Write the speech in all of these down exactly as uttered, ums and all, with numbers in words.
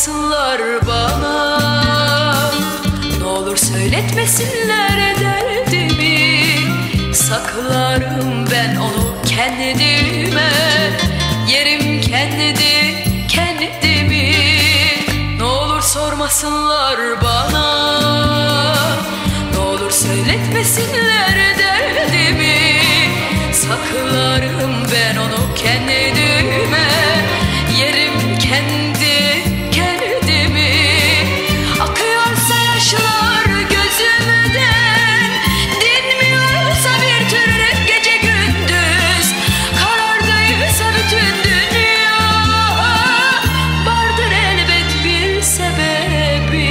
sormasınlar bana, ne olur söyletmesinler derdimi. Saklarım ben onu kendime, yerim kendi kendimi. Ne olur sormasınlar bana, ne olur söyletmesinler derdimi. Saklarım ben onu kendime, yerim kendi kendimi. Akıyorsa yaşlar gözümden, dinmiyorsa bir türlü gece gündüz, karardıysa bütün dünya, vardır elbet bir sebebi.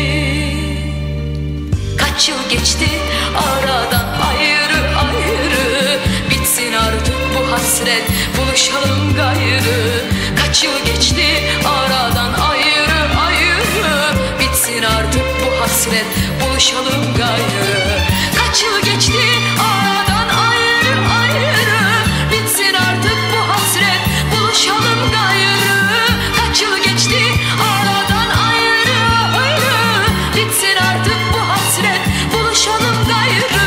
Kaç yıl geçti aradan ayrı ayrı, bitsin artık bu hasret, buluşalım gayrı. Kaç yıl geçti aradan ayrı ayrı, bitsin artık bu hasret, buluşalım gayrı. Kaç yıl geçti aradan ayrı ayrı, bitsin artık bu hasret, buluşalım gayrı. Kaç yıl geçti aradan ayrı ayrı, bitsin artık bu hasret, buluşalım gayrı.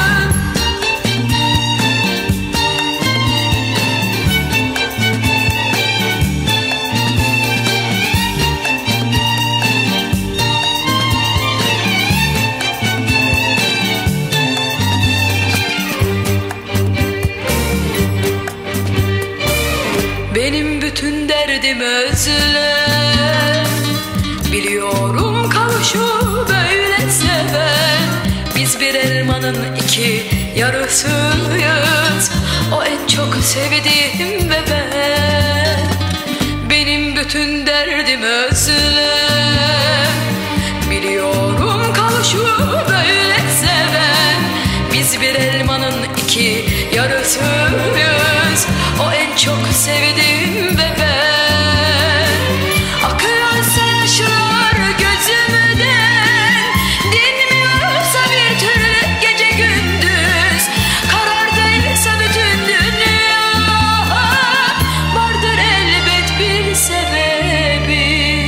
Benim bütün derdim özlem, biliyorum kavuşu böyle seven. Biz bir elmanın iki yarısıyız, o en çok sevdiğim ve ben. Benim bütün derdim özlem, biliyorum kavuşu böyle seven. Biz bir elmanın iki yarısıyız, o en çok sevdiğim ve ben. Akıyorsa yaşlar gözümden, dinmiyorsa bir türlü gece gündüz, karardıysa bütün dünya, vardır elbet bir sebebi.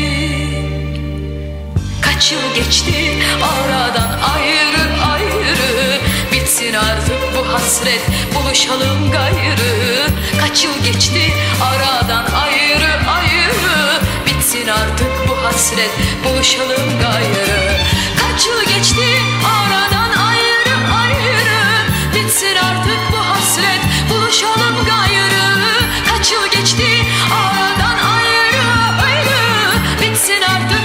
Kaç yıl geçti aradan ayrı ayrı, bitsin artık bu hasret, buluşalım gayrı. Kaç yıl geçti aradan ayrı ayrı, bitsin artık bu hasret, buluşalım gayrı. Kaç yıl geçti aradan ayrı ayrı, bitsin artık bu hasret, buluşalım gayrı. Kaç yıl geçti aradan ayrı ayrı, bitsin artık